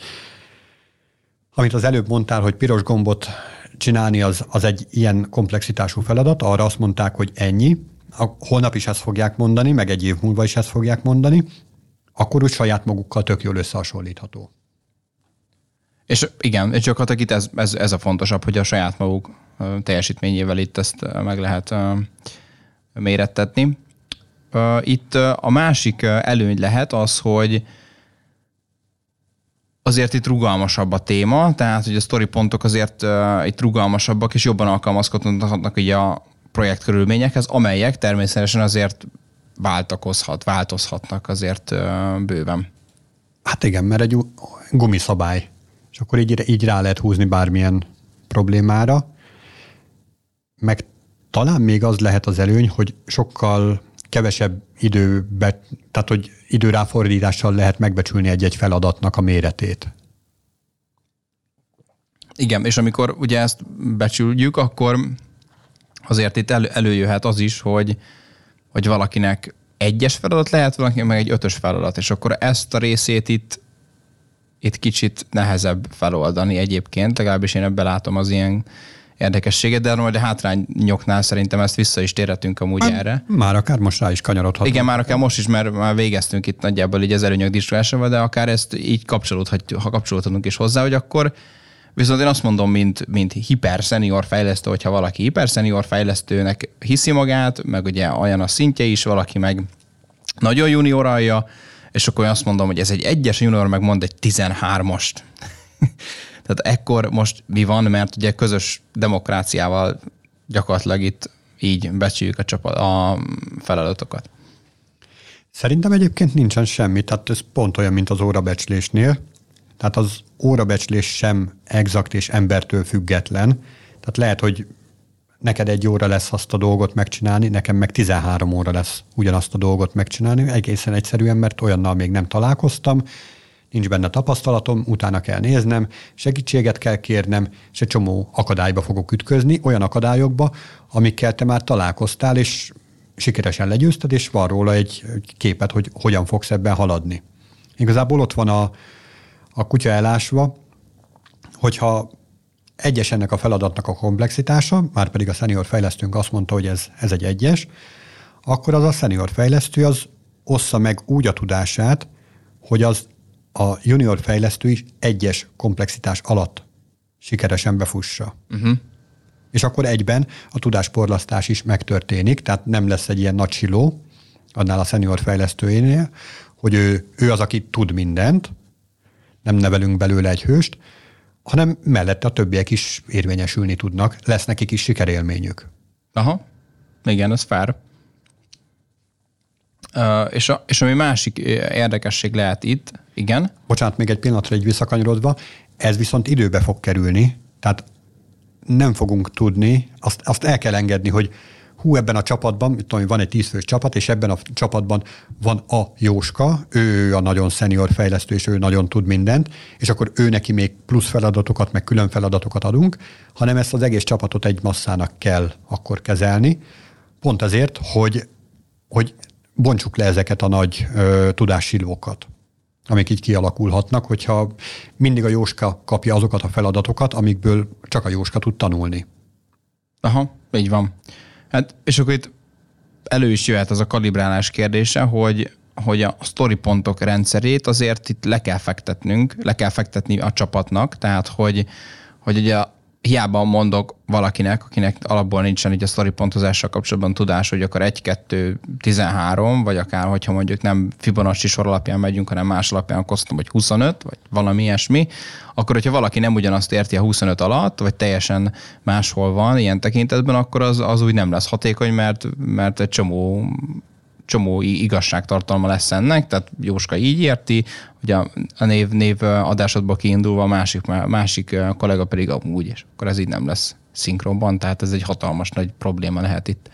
amit az előbb mondtál, hogy piros gombot csinálni az egy ilyen komplexitású feladat, arra azt mondták, hogy ennyi, holnap is ezt fogják mondani, meg egy év múlva is ezt fogják mondani, akkor úgy saját magukkal tök jól összehasonlítható. És igen, és gyakorlatilag itt ez a fontosabb, hogy a saját maguk teljesítményével itt ezt meg lehet mérettetni. Itt a másik előny lehet az, hogy azért itt rugalmasabb a téma, tehát hogy a sztoripontok azért itt rugalmasabbak és jobban alkalmazkodnak így a projekt körülményekhez, amelyek természetesen azért változhatnak azért bőven. Hát igen, mert egy gumiszabály, és akkor így rá lehet húzni bármilyen problémára. Meg talán még az lehet az előny, hogy sokkal kevesebb tehát hogy időráfordítással lehet megbecsülni egy-egy feladatnak a méretét. Igen, és amikor ugye ezt becsüljük, akkor azért itt előjöhet az is, hogy valakinek 1-es feladat lehet, valakinek meg egy 5-ös feladat, és akkor ezt a részét itt kicsit nehezebb feloldani egyébként, legalábbis én ebben látom az ilyen érdekességet, de majd a hátrányoknál szerintem ezt vissza is térhetünk amúgy erre. Már akár most rá is kanyarodhatunk. Igen, már akár most is, mert már végeztünk itt nagyjából így az előnyök diskurzálásával, de akár ezt így kapcsolódhatunk is hozzá, hogy akkor viszont én azt mondom, mint hiperszenior fejlesztő, hogyha valaki hiperszenior fejlesztőnek hiszi magát, meg ugye olyan a szintje is, valaki meg nagyon junioralja, és akkor azt mondom, hogy ez egy 1-es junior, meg mond egy 13-ast. Tehát ekkor most mi van, mert ugye közös demokráciával gyakorlatilag itt így becsüljük a feladatokat. Szerintem egyébként nincsen semmi, tehát ez pont olyan, mint az órabecslésnél. Tehát az órabecslés sem exakt és embertől független. Tehát lehet, hogy neked 1 óra lesz azt a dolgot megcsinálni, nekem meg 13 óra lesz ugyanazt a dolgot megcsinálni. Egészen egyszerűen, mert olyannal még nem találkoztam, nincs benne tapasztalatom, utána kell néznem, segítséget kell kérnem, és egy csomó akadályba fogok ütközni, olyan akadályokba, amikkel te már találkoztál, és sikeresen legyőzted, és van róla egy képet, hogy hogyan fogsz ebben haladni. Igazából ott van a kutya elásva, hogyha egyes ennek a feladatnak a komplexitása, már pedig a senior fejlesztőnk azt mondta, hogy ez egy egyes, akkor az a senior fejlesztő az ossza meg úgy a tudását, hogy az a junior fejlesztő is egyes komplexitás alatt sikeresen befussa. És akkor egyben a tudásporlasztás is megtörténik, tehát nem lesz egy ilyen nagy siló annál a senior fejlesztőjénél, hogy ő az, aki tud mindent, nem nevelünk belőle egy hőst, hanem mellette a többiek is érvényesülni tudnak, lesz nekik is sikerélményük. Aha, igen, ez fair. És ami másik érdekesség lehet itt, igen. Bocsánat, még egy pillanatra egy visszakanyarodva, ez viszont időbe fog kerülni, tehát nem fogunk tudni, azt el kell engedni, hogy ebben a csapatban, mit tudom, van egy 10 fős csapat, és ebben a csapatban van a Jóska, ő a nagyon senior fejlesztő, és ő nagyon tud mindent, és akkor ő neki még plusz feladatokat, meg külön feladatokat adunk, hanem ezt az egész csapatot egy masszának kell akkor kezelni, pont azért, hogy bontsuk le ezeket a nagy tudássilókat, amik így kialakulhatnak, hogyha mindig a Jóska kapja azokat a feladatokat, amikből csak a Jóska tud tanulni. Aha, így van. Hát, és akkor itt elő is jöhet az a kalibrálás kérdése, hogy a sztoripontok rendszerét azért itt le kell fektetni a csapatnak, tehát hogy ugye hiába mondok valakinek, akinek alapból nincsen így a sztoripontozással kapcsolatban tudás, hogy akkor 1, 2, 13, vagy akár, hogyha mondjuk nem Fibonacci sor alapján megyünk, hanem más alapján, akkor azt mondom, hogy 25, vagy valami ilyesmi, akkor hogyha valaki nem ugyanazt érti a 25 alatt, vagy teljesen máshol van ilyen tekintetben, akkor az úgy nem lesz hatékony, mert egy csomó igazságtartalma lesz ennek, tehát Jóska így érti, hogy a név adásodból kiindulva a másik kollega pedig amúgy, és akkor ez így nem lesz szinkronban, tehát ez egy hatalmas nagy probléma lehet itt.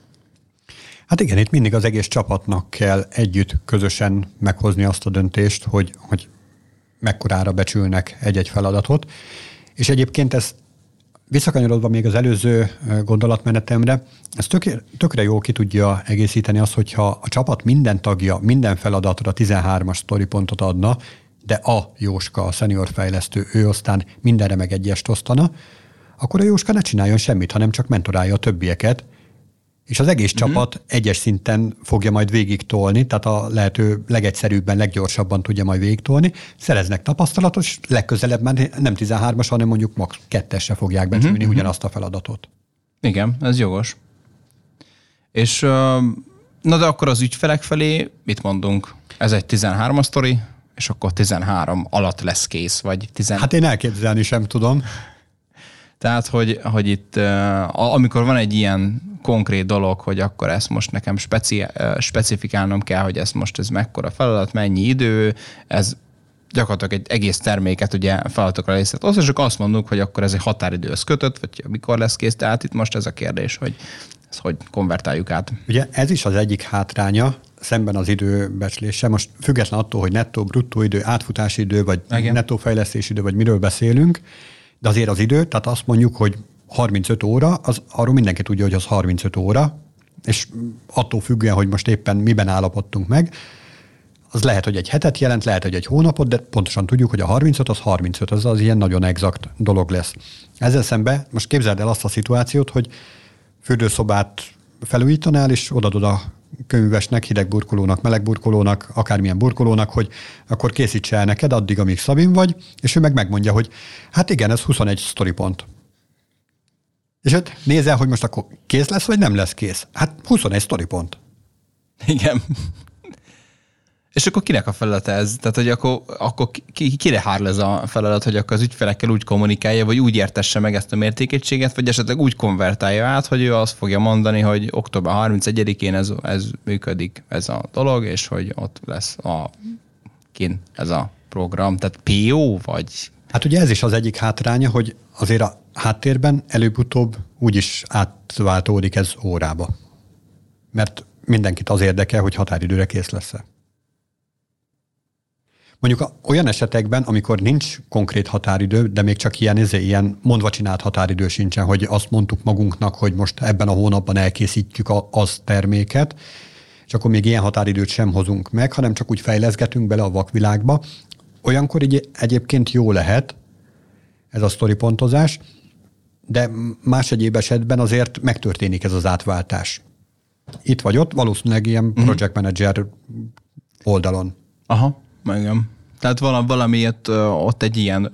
Hát igen, itt mindig az egész csapatnak kell együtt közösen meghozni azt a döntést, hogy mekkorára becsülnek egy-egy feladatot, és egyébként ez visszakanyarodva még az előző gondolatmenetemre, ez tökre jól ki tudja egészíteni azt, hogyha a csapat minden tagja minden feladatra 13-as sztoripontot adna, de a Jóska, a senior fejlesztő, ő aztán mindenre meg egyest osztana, akkor a Jóska ne csináljon semmit, hanem csak mentorálja a többieket, és az egész csapat egyes szinten fogja majd végig tolni, tehát a lehető legegyszerűbben, leggyorsabban tudja majd végig tolni, szereznek tapasztalatot, és legközelebb már nem 13-as, hanem mondjuk max. 2-esre fogják becsülni ugyanazt a feladatot. Igen, ez jogos. És na de akkor az ügyfelek felé mit mondunk? Ez egy 13-as sztori, és akkor 13 alatt lesz kész, vagy 10... Hát én elképzelni sem tudom. Tehát, hogy itt, amikor van egy ilyen konkrét dolog, hogy akkor ezt most nekem specifikálnom kell, hogy ez mekkora feladat, mennyi idő, ez gyakorlatilag egy egész terméket ugye feladatokra részlet. És csak azt mondjuk, hogy akkor ez egy határidőhöz kötött, vagy mikor lesz kész. Tehát itt most ez a kérdés, hogy ezt hogy konvertáljuk át. Ugye ez is az egyik hátránya szemben az időbecsléssel. Most független attól, hogy nettó, bruttó idő, átfutási idő, vagy nettó fejlesztési idő, vagy miről beszélünk, de azért az idő, tehát azt mondjuk, hogy 35 óra, arról mindenki tudja, hogy az 35 óra, és attól függően, hogy most éppen miben állapodtunk meg, az lehet, hogy egy hetet jelent, lehet, hogy egy hónapot, de pontosan tudjuk, hogy a 35 az 35, az ilyen nagyon exakt dolog lesz. Ezzel szemben most képzeld el azt a szituációt, hogy fürdőszobát felújítanál, és odadod a könyvesnek, hideg burkolónak, meleg burkolónak, akármilyen burkolónak, hogy akkor készítse el neked addig, amíg Szabin vagy, és ő megmondja, hogy hát igen, ez 21 sztoripont. És hát nézel, hogy most akkor kész lesz, vagy nem lesz kész. Hát 21 sztoripont. Igen. És akkor kinek a feladata ez? Tehát, hogy akkor kire hárul ez a feladat, hogy akkor az ügyfelekkel úgy kommunikálja, vagy úgy értesse meg ezt a mértékegységet, vagy esetleg úgy konvertálja át, hogy ő azt fogja mondani, hogy október 31-én ez működik, ez a dolog, és hogy ott lesz ez a program. Tehát PO, vagy... Hát ugye ez is az egyik hátránya, hogy azért a háttérben előbb-utóbb úgyis átváltódik ez órába. Mert mindenkit az érdekel, hogy határidőre kész lesz-e. Mondjuk olyan esetekben, amikor nincs konkrét határidő, de még csak ilyen mondva csinált határidő sincsen, hogy azt mondtuk magunknak, hogy most ebben a hónapban elkészítjük az terméket, és akkor még ilyen határidőt sem hozunk meg, hanem csak úgy fejleszgetünk bele a vakvilágba, olyankor így egyébként jó lehet ez a sztoripontozás, de más egyéb esetben azért megtörténik ez az átváltás. Itt vagy ott, valószínűleg ilyen project manager oldalon. Aha, igen. Tehát valamiért ott egy ilyen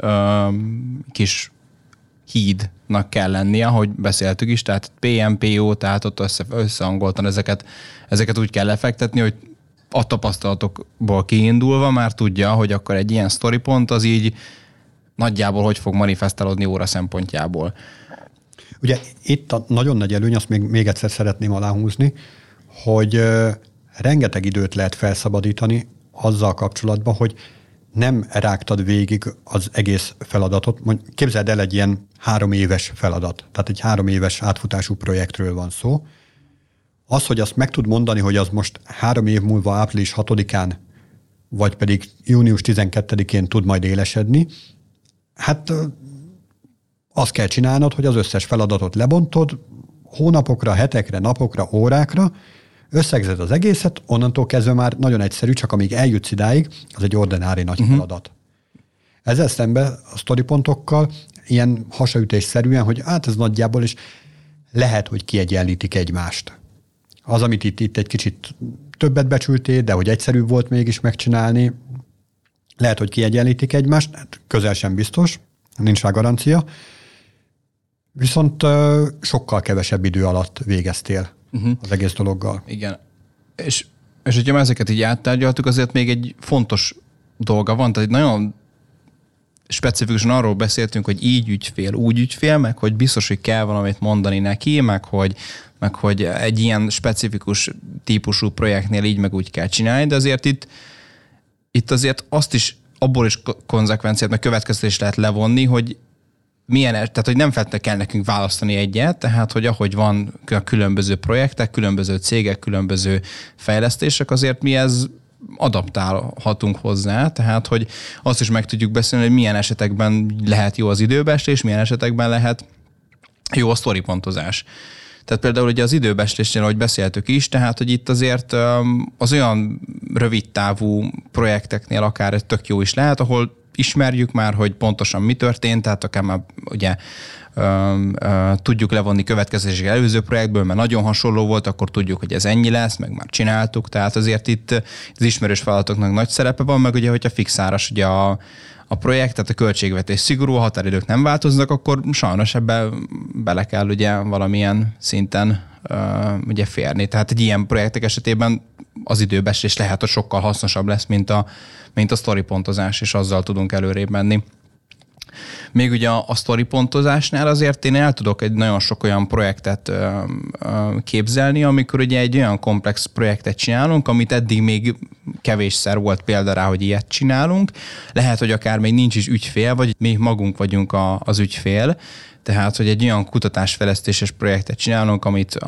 kis hídnak kell lennie, ahogy beszéltük is, tehát PMPO, tehát ott összehangoltan ezeket úgy kell lefektetni, hogy a tapasztalatokból kiindulva már tudja, hogy akkor egy ilyen sztoripont az így nagyjából hogy fog manifestálódni óra szempontjából. Ugye itt a nagyon nagy előny, azt még egyszer szeretném aláhúzni, hogy rengeteg időt lehet felszabadítani azzal kapcsolatban, hogy nem rágtad végig az egész feladatot. Képzeld el egy ilyen 3 éves feladat, tehát egy 3 éves átfutású projektről van szó. Az, hogy azt meg tud mondani, hogy az most 3 év múlva április 6-án, vagy pedig június 12-én tud majd élesedni, hát azt kell csinálnod, hogy az összes feladatot lebontod, hónapokra, hetekre, napokra, órákra, összegzed az egészet, onnantól kezdve már nagyon egyszerű, csak amíg eljutsz idáig, az egy ordinári nagy feladat. Ezzel szemben a sztoripontokkal ilyen hasaütésszerűen, hogy hát ez nagyjából is lehet, hogy kiegyenlítik egymást. Az, amit itt egy kicsit többet becsültél, de hogy egyszerűbb volt mégis megcsinálni, lehet, hogy kiegyenlítik egymást, közel sem biztos, nincs rá garancia, viszont sokkal kevesebb idő alatt végeztél az egész dologgal. Igen. És hogyha ezeket így áttárgyaltuk, azért még egy fontos dolga van, tehát nagyon specifikusan arról beszéltünk, hogy így ügyfél, úgy ügyfél, meg hogy biztos, hogy kell valamit mondani neki, meg hogy egy ilyen specifikus típusú projektnél így meg úgy kell csinálni, de azért itt azért azt is, abból is konzekvenciát, meg következtetést lehet levonni, hogy tehát hogy nem feltétlenül kell nekünk választani egyet, tehát hogy ahogy van a különböző projektek, különböző cégek, különböző fejlesztések, azért mi ez adaptálhatunk hozzá, tehát hogy azt is meg tudjuk beszélni, hogy milyen esetekben lehet jó az időbeeslés, milyen esetekben lehet jó a sztoripontozás. Tehát például ugye az időbeeslésnél, ahogy beszéltük is, tehát hogy itt azért az olyan rövid távú projekteknél akár tök jó is lehet, ahol ismerjük már, hogy pontosan mi történt, tehát akár már ugye tudjuk levonni következtetéseket előző projektből, mert nagyon hasonló volt, akkor tudjuk, hogy ez ennyi lesz, meg már csináltuk, tehát azért itt az ismerős feladatoknak nagy szerepe van, meg ugye, hogyha fixáras ugye a projekt, tehát a költségvetés szigorú, a határidők nem változnak, akkor sajnos ebbe bele kell ugye valamilyen szinten ugye férni. Tehát egy ilyen projektek esetében az időbeeslés lehet, hogy sokkal hasznosabb lesz, mint a sztoripontozás, és azzal tudunk előrébb menni. Még ugye a sztoripontozásnál azért én el tudok egy nagyon sok olyan projektet képzelni, amikor ugye egy olyan komplex projektet csinálunk, amit eddig még kevésszer volt példa rá, hogy ilyet csinálunk. Lehet, hogy akár még nincs is ügyfél, vagy mi magunk vagyunk az ügyfél. Tehát, hogy egy olyan kutatásfejlesztéses projektet csinálunk,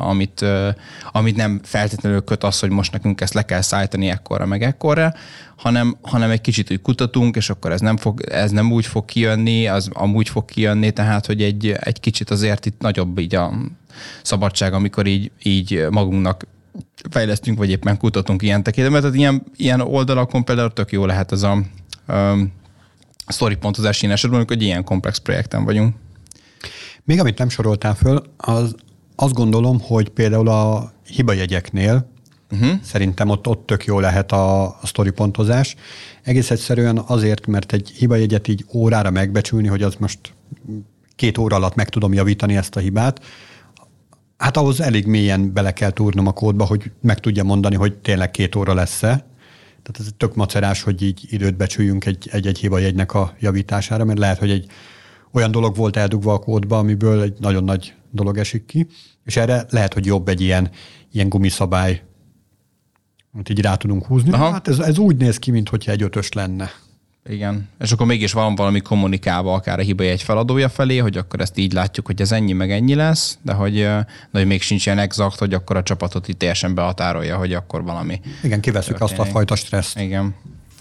amit nem feltétlenül köt az, hogy most nekünk ezt le kell szállítani ekkorra meg ekkorra, hanem egy kicsit úgy kutatunk, és akkor ez nem úgy fog kijönni, az amúgy fog kijönni, tehát, hogy egy kicsit azért itt nagyobb így a szabadság, amikor így magunknak fejlesztünk, vagy éppen kutatunk ilyen tekintetben. Tehát ilyen oldalakon például tök jó lehet ez a sztoripontozás ilyen esetben, hogy ilyen komplex projekten vagyunk. Még amit nem soroltál föl, azt gondolom, hogy például a hibajegyeknél szerintem ott tök jó lehet a sztoripontozás. Egész egyszerűen azért, mert egy hibajegyet így órára megbecsülni, hogy az most 2 óra alatt meg tudom javítani ezt a hibát, hát ahhoz elég mélyen bele kell túrnom a kódba, hogy meg tudja mondani, hogy tényleg 2 óra lesz-e. Tehát ez tök macerás, hogy így időt becsüljünk egy hibajegynek a javítására, mert lehet, hogy egy olyan dolog volt eldugva a kódba, amiből egy nagyon nagy dolog esik ki, és erre lehet, hogy jobb egy ilyen gumiszabály, amit így rá tudunk húzni. Aha. Hát ez úgy néz ki, mintha egy 5-ös lenne. Igen. És akkor mégis van valami kommunikálva akár a hibajegy feladója felé, hogy akkor ezt így látjuk, hogy ez ennyi meg ennyi lesz, de hogy még sincs ilyen exakt, hogy akkor a csapatot itt teljesen behatárolja, hogy akkor valami. Igen, kiveszünk azt a fajta stresszt. Igen.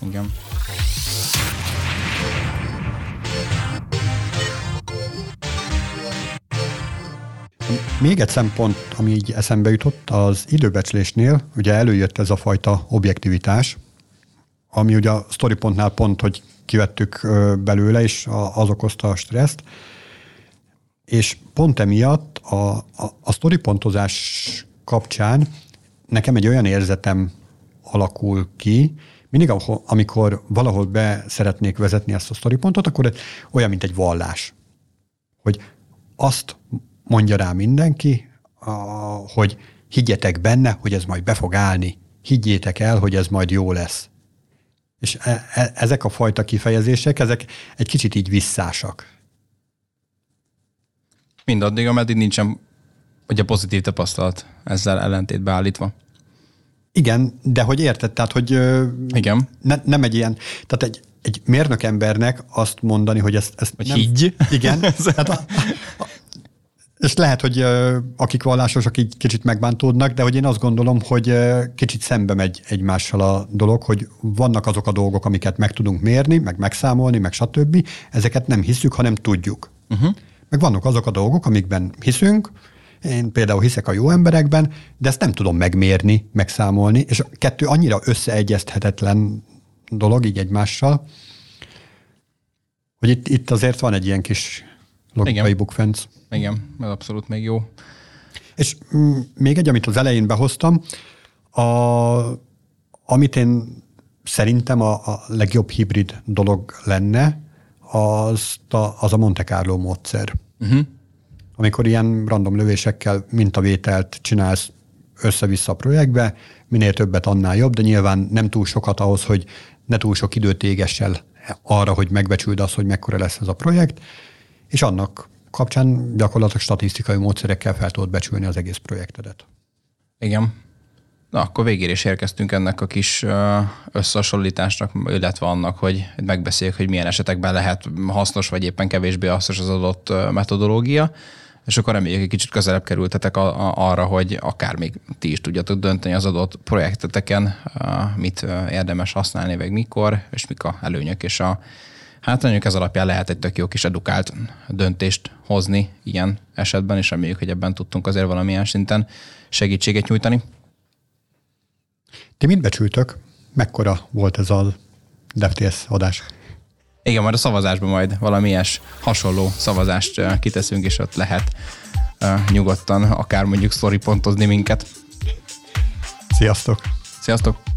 Még egy szempont, ami így eszembe jutott, az időbecslésnél ugye előjött ez a fajta objektivitás, ami ugye a sztoripontnál pont, hogy kivettük belőle, és az okozta a stresszt. És pont emiatt a sztoripontozás kapcsán nekem egy olyan érzetem alakul ki, mindig, amikor valahol be szeretnék vezetni ezt a sztoripontot, akkor ez olyan, mint egy vallás. Hogy azt mondja rá mindenki, hogy higgyetek benne, hogy ez majd be fog állni. Higgyétek el, hogy ez majd jó lesz. És ezek a fajta kifejezések, ezek egy kicsit így visszásak. Mindaddig, ameddig nincsen ugye pozitív tapasztalat ezzel ellentétbe állítva. Igen, de hogy érted, tehát, hogy igen. Nem egy ilyen, tehát egy mérnök embernek azt mondani, hogy ezt hogy nem... higgy. Igen. Tehát és lehet, hogy akik vallásosak így kicsit megbántódnak, de hogy én azt gondolom, hogy kicsit szembe megy egymással a dolog, hogy vannak azok a dolgok, amiket meg tudunk mérni, meg megszámolni, meg stb. Ezeket nem hiszük, hanem tudjuk. Meg vannak azok a dolgok, amikben hiszünk, én például hiszek a jó emberekben, de ezt nem tudom megmérni, megszámolni, és a kettő annyira összeegyezthetetlen dolog így egymással, hogy itt azért van egy ilyen kis logikai bukfenc. Igen, ez abszolút még jó. És még egy, amit az elején behoztam, amit én szerintem a legjobb hibrid dolog lenne, az a Monte Carlo módszer. Amikor ilyen random lövésekkel mintavételt csinálsz össze-vissza a projektbe, minél többet, annál jobb, de nyilván nem túl sokat ahhoz, hogy ne túl sok időt éges el arra, hogy megbecsüld azt, hogy mekkora lesz ez a projekt, és annak kapcsán gyakorlatilag statisztikai módszerekkel fel tudod becsülni az egész projektedet. Igen. Na, akkor végére is érkeztünk ennek a kis összehasonlításnak, illetve annak, hogy megbeszéljük, hogy milyen esetekben lehet hasznos, vagy éppen kevésbé hasznos az adott metodológia, és akkor reméljük, egy kicsit közelebb kerültetek arra, hogy akár még ti is tudjatok dönteni az adott projekteteken, mit érdemes használni, meg mikor, és mik a előnyök és a hátrányok. Ez alapján lehet egy tök jó kis edukált döntést hozni ilyen esetben, és reméljük, hogy ebben tudtunk azért valamilyen szinten segítséget nyújtani. Ti mit becsültök? Mekkora volt ez a DevTS adás? Igen, majd a szavazásban majd valami ilyes hasonló szavazást kiteszünk, és ott lehet nyugodtan akár mondjuk sztoripontozni minket. Sziasztok! Sziasztok!